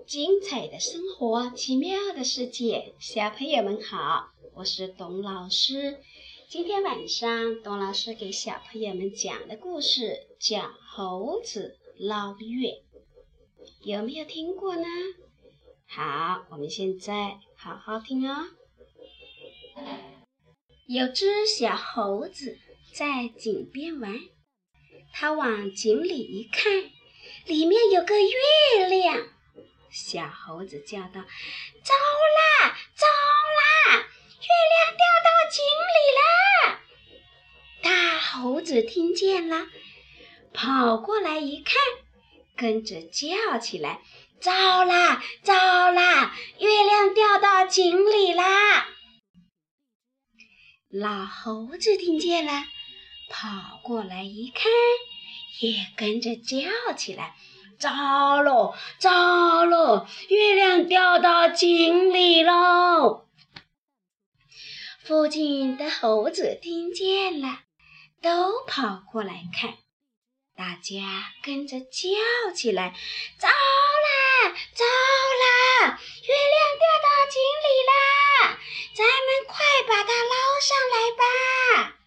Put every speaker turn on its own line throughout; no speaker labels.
精彩的生活，奇妙的世界。小朋友们好，我是董老师。今天晚上董老师给小朋友们讲的故事叫《猴子捞月》，有没有听过呢？好，我们现在好好听哦。有只小猴子在井边玩，它往井里一看，里面有个月亮。小猴子叫道：“糟啦，糟啦！月亮掉到井里了！”大猴子听见了，跑过来一看，跟着叫起来：“糟啦，糟啦！月亮掉到井里啦！”老猴子听见了，跑过来一看，也跟着叫起来：“糟喽，糟喽！月亮掉到井里喽！”附近的猴子听见了，都跑过来看，大家跟着叫起来：“糟啦，糟啦！月亮掉到井里啦！咱们快把它捞上来吧！”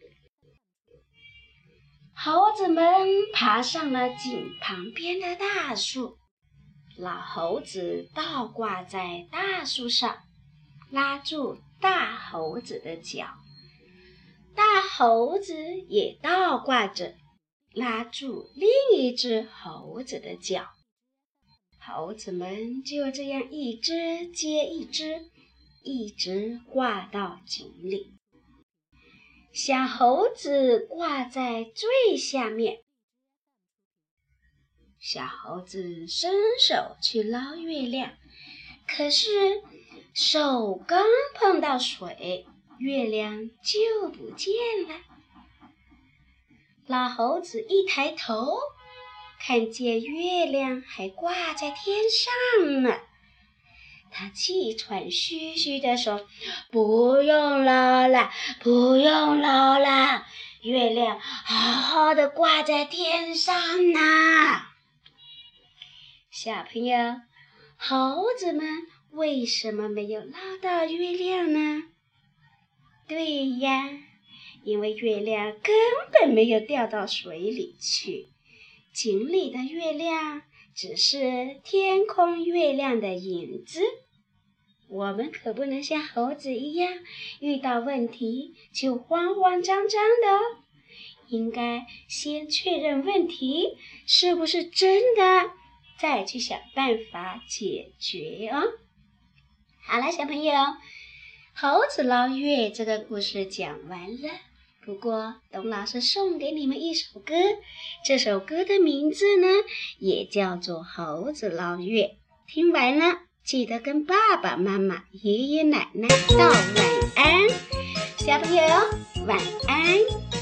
猴子们爬上了井旁边的大树，老猴子倒挂在大树上，拉住大猴子的脚，大猴子也倒挂着，拉住另一只猴子的脚。猴子们就这样一只接一只，一直挂到井里。小猴子挂在最下面，小猴子伸手去捞月亮，可是手刚碰到水，月亮就不见了。老猴子一抬头，看见月亮还挂在天上呢。他气喘吁吁地说：“不用捞了，不用捞了，月亮好好的挂在天上呢。”小朋友，猴子们为什么没有捞到月亮呢？对呀，因为月亮根本没有掉到水里去，井里的月亮只是天空月亮的影子。我们可不能像猴子一样，遇到问题就慌慌张张的哦，应该先确认问题是不是真的，再去想办法解决哦。好了，小朋友，猴子捞月这个故事讲完了。不过董老师送给你们一首歌，这首歌的名字呢也叫做《猴子捞月》。听完了记得跟爸爸妈妈、爷爷奶奶道晚安。小朋友晚安。